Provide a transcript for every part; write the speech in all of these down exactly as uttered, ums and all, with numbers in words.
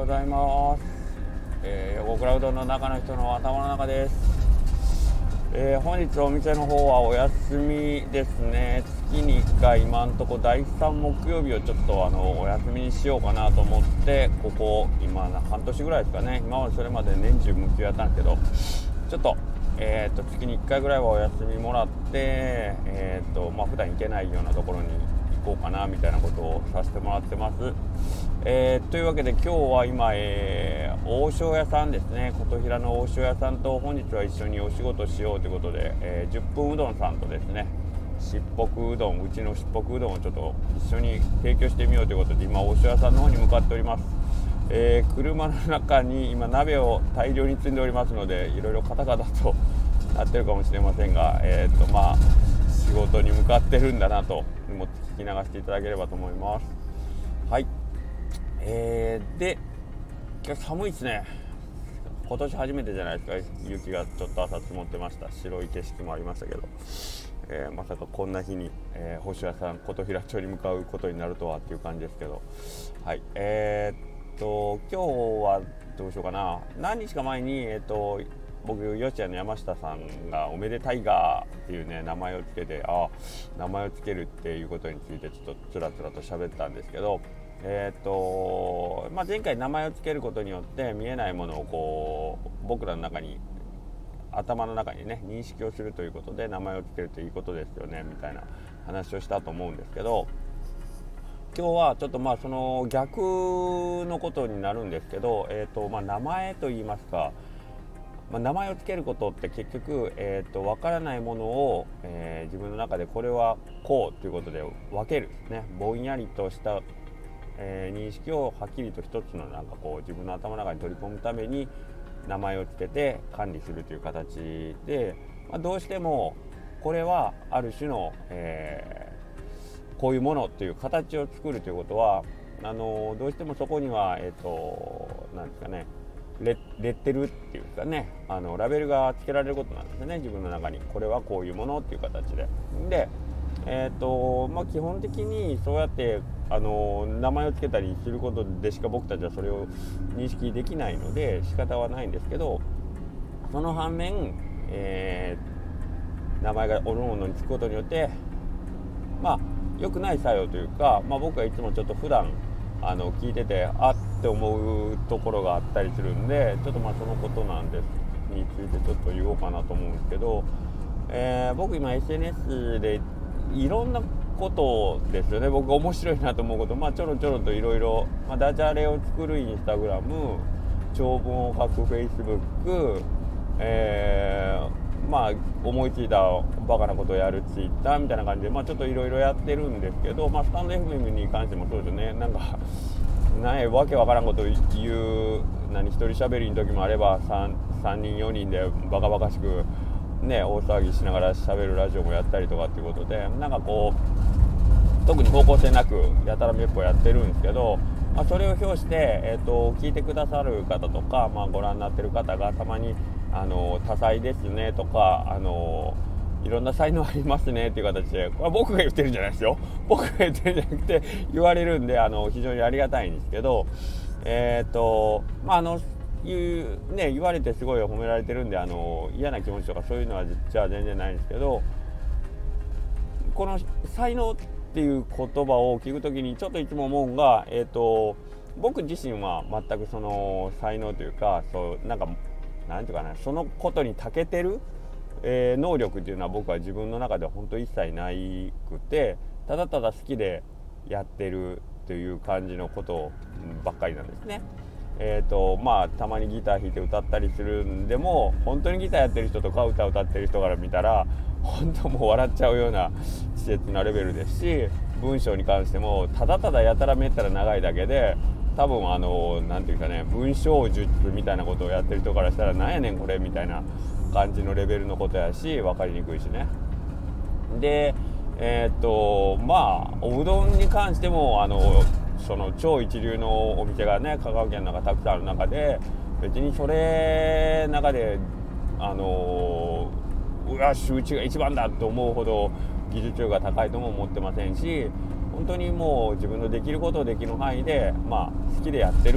ございます。えー、横倉うどんの中の人の頭の中です。えー、本日お店の方はお休みですね。月にいっかい今んとこだいさん木曜日をちょっとあのお休みにしようかなと思って、ここ今半年ぐらいですかね。今までそれまで年中無休やったんですけど、ちょっとえー、と月にいっかいぐらいはお休みもらって、えーとまあ、普段行けないようなところに行こうかなみたいなことをさせてもらってます。えー、というわけで今日は今、えー、王将屋さんですね、琴平の王将屋さんと本日は一緒にお仕事しようということで、えー、じゅっぷんうどんさんとですね、しっぽくうどん、うちのしっぽくうどんをちょっと一緒に提供してみようということで今王将屋さんの方に向かっております。えー、車の中に今鍋を大量に積んでおりますので、いろいろカタカタとなってるかもしれませんが、えーとまあ仕事に向かってるんだなと思って聞き流していただければと思います。はい、えー、で今日寒いですね。今年初めてじゃないですか。雪がちょっと朝積もってました。白い景色もありましたけど、えー、まさかこんな日に、えー、星屋さん琴平町に向かうことになるとはっていう感じですけど、はい、えーと今日はどうしようかな。何日か前に、えー、と僕よしやの山下さんがおめでタイガーっていうね名前をつけて、あ名前をつけるっていうことについてちょっとつらつらと喋ったんですけど、えーとまあ、前回名前をつけることによって見えないものをこう僕らの中に頭の中にね認識をするということで名前をつけるということですよねみたいな話をしたと思うんですけど、今日はちょっとまあその逆のことになるんですけど、えーとまあ、名前といいますか、まあ、名前をつけることって結局、えーと分からないものを、えー、自分の中でこれはこうということで分けるね、ぼんやりとした、えー、認識をはっきりと一つのなんかこう自分の頭の中に取り込むために名前をつけて管理するという形で、まあ、どうしてもこれはある種の、えーこういうものという形を作るということはあのどうしてもそこには、えーと、なんですかね、レ, レッテルっていうかね、あのラベルが付けられることなんですね。自分の中にこれはこういうものっていう形でで、えーとまあ、基本的にそうやってあの名前を付けたりすることでしか僕たちはそれを認識できないので仕方はないんですけど、その反面、えー、名前がおのおのにつくことによってまあ良くない作用というか、まあ、僕はいつもちょっと普段あの聞いててあって思うところがあったりするんで、ちょっとまあそのことなんですについてちょっと言おうかなと思うんですけど、えー、僕今 エスエヌエス でいろんなことですよね、僕面白いなと思うこと、まあ、ちょろちょろといろいろダジャレを作るインスタグラム、長文を書くフェイスブック、えーまあ思いついたバカなことをやるツイッターみたいな感じで、まあちょっといろいろやってるんですけど、まあスタンド エフエム に関してもそうですよね。なんかないわけわからんことを言う、何一人喋りの時もあれば 3, 3人よにんでバカバカしくね大騒ぎしながら喋るラジオもやったりとかっていうことで、なんかこう特に方向性なくやたらめっぽやってるんですけど、まあ、それを表して、えーと、聞いてくださる方とか、まあ、ご覧になってる方がたまにあの多彩ですねとか、あのいろんな才能ありますねっていう形で、これは僕が言ってるんじゃないですよ。僕が言ってるんじゃなくて言われるんで、あの非常にありがたいんですけど、えっとまああの言うね言われてすごい褒められてるんで、あの嫌な気持ちとかそういうのは実は全然ないんですけど、この才能っていう言葉を聞くときにちょっといつも思うのが、えっと僕自身は全くその才能というか、そうなんかなんていうかな、そのことに長けてる、えー、能力っていうのは僕は自分の中では本当一切ないくて、ただただ好きでやってるという感じのことばっかりなんですね。えーとまあたまにギター弾いて歌ったりするんでも、本当にギターやってる人とか歌歌ってる人から見たら本当もう笑っちゃうような稚拙なレベルですし、文章に関してもただただやたらめったら長いだけで、多分あのなんていうかね、文章術みたいなことをやってる人からしたらなんやねんこれみたいな感じのレベルのことやし、分かりにくいしね。でえー、っとまあおうどんに関してもあのその超一流のお店がね香川県の中たくさんある中で、別にそれ中であのうわ周知が一番だと思うほど技術力が高いとも思ってませんし、本当にもう自分のできることをできる範囲で、まあ、好きでやってるっ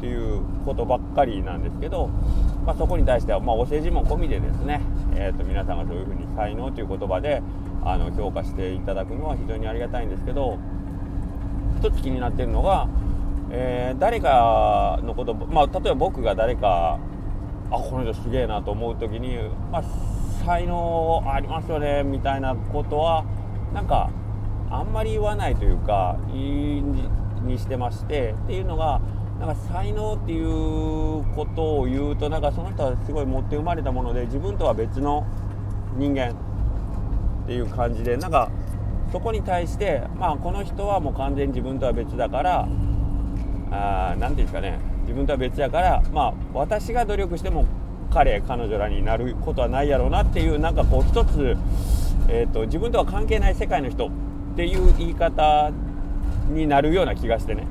っていうことばっかりなんですけど、まあ、そこに対しては、まあ、お世辞も込みでですね、えー、と皆さんがそういうふうに才能という言葉であの評価していただくのは非常にありがたいんですけど、一つ気になっているのが、えー、誰かのこと、まあ、例えば僕が誰かあこの人すげえなと思う時に、まあ、才能ありますよねみたいなことはなんかあんまり言わないというかいいにしてまして、っていうのがなんか才能っていうことを言うとなんかその人はすごい持って生まれたもので自分とは別の人間っていう感じで、なんかそこに対してまあこの人はもう完全に自分とは別だからあなんていうんですかね、自分とは別だからまあ私が努力しても彼彼女らになることはないやろうなっていう、なんかこう一つ、えーと、自分とは関係ない世界の人っていう言い方になるような気がしてね。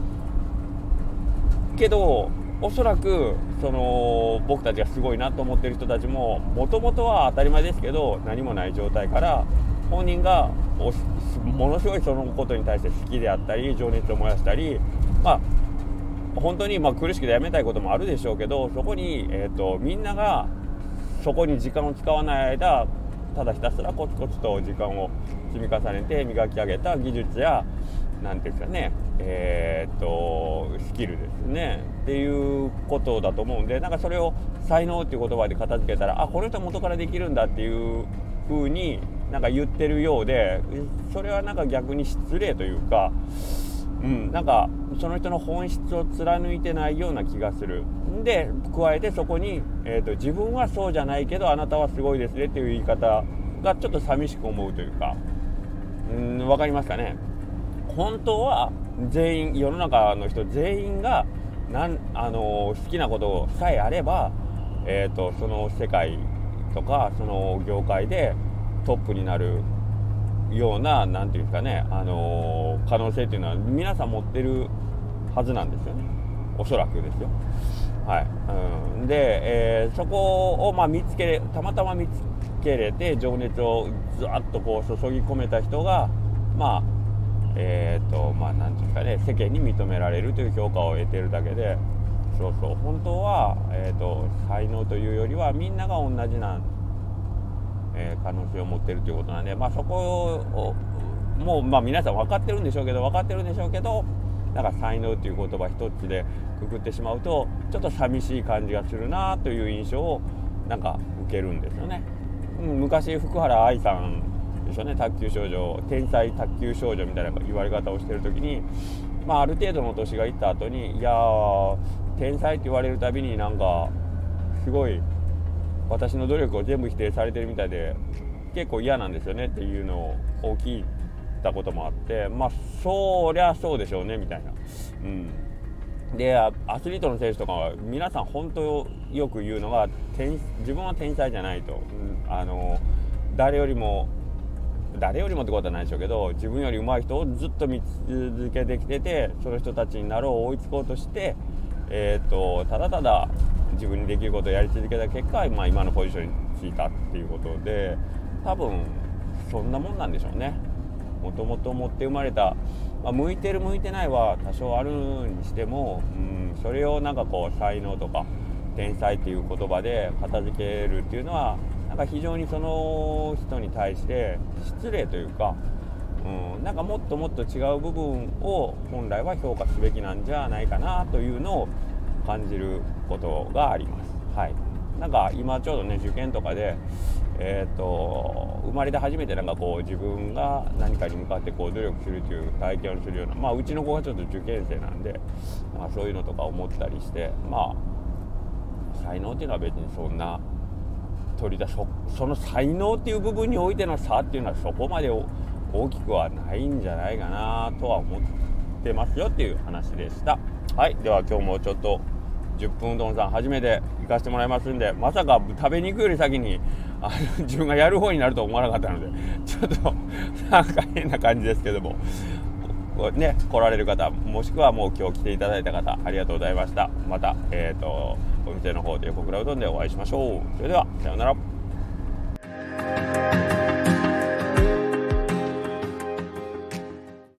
けどおそらくその僕たちがすごいなと思ってる人たちももともとは当たり前ですけど何もない状態から本人がものすごいそのことに対して好きであったり情熱を燃やしたり、まあ本当にまあ苦しくてやめたいこともあるでしょうけど、そこに、えーと、みんながそこに時間を使わない間ただひたすらコツコツと時間を積み重ねて磨き上げた技術やなんていうんですかね、えー、とスキルですねっていうことだと思うんで、なんかそれを才能っていう言葉で片付けたらあこの人は元からできるんだっていう風になんか言ってるようで、それはなんか逆に失礼というか、うん、なんかその人の本質を貫いてないような気がする。で加えてそこに、えーと、自分はそうじゃないけどあなたはすごいですねっていう言い方がちょっと寂しく思うというか、うん、わかりますかね。本当は全員世の中の人全員がなんあの好きなことさえあれば、えーと、その世界とかその業界でトップになるようななんていうんですかね、あの可能性っていうのは皆さん持ってるはずなんですよね、おそらくですよ。はい、うん、で、えー、そこをまあ見つけれたまたま見つけれて情熱をずっとこう注ぎ込めた人がまあえーとまあなんていうんですかね、世間に認められるという評価を得てるだけで、そうそう本当は、えーと才能というよりはみんなが同じな、えー、可能性を持っているということなんで、まあそこをもうまあ皆さん分かってるんでしょうけど分かってるんでしょうけどなんか才能という言葉一つでくくってしまうとちょっと寂しい感じがするなという印象をなんか受けるんですよね。うん、昔福原愛さんでしょね、卓球少女天才卓球少女みたいな言われ方をしてる時に、まあ、ある程度の年がいった後にいやー天才って言われるたびになんかすごい私の努力を全部否定されてるみたいで結構嫌なんですよねっていうのを聞いたこともあって、まあそりゃそうでしょうねみたいな、うん、でアスリートの選手とかは皆さん本当よく言うのが自分は天才じゃないと、うん、あの誰よりも誰よりもってことはないでしょうけど自分より上手い人をずっと見続けてきててその人たちになろう追いつこうとして、えー、とただただ自分にできることをやり続けた結果、まあ、今のポジションについたっていうことで多分そんなもんなんでしょうね。もともと持って生まれた、まあ、向いてる向いてないは多少あるにしても、うん、それをなんかこう才能とか天才っていう言葉で片付けるっていうのはなんか非常にその人に対して失礼というか、うん、なんかもっともっと違う部分を本来は評価すべきなんじゃないかなというのを感じることがあります。はい、なんか今ちょうどね受験とかで、えー、と生まれて初めてなんかこう自分が何かに向かってこう努力するという体験をするような、まあうちの子がちょっと受験生なんで、まあ、そういうのとか思ったりして、まあ才能っていうのは別にそんな取り出 そ, その才能っていう部分においての差っていうのはそこまで大きくはないんじゃないかなとは思ってますよっていう話でした。はい、では今日もちょっとじゅっぷんうどんさん初めて行かせてもらいますんで、まさか食べに行くより先にあの自分がやる方になるとは思わなかったのでちょっとなんか変な感じですけどもね、来られる方もしくはもう今日来ていただいた方ありがとうございました。また、えーと、お店の方で横倉うどんでお会いしましょう。それではさようなら。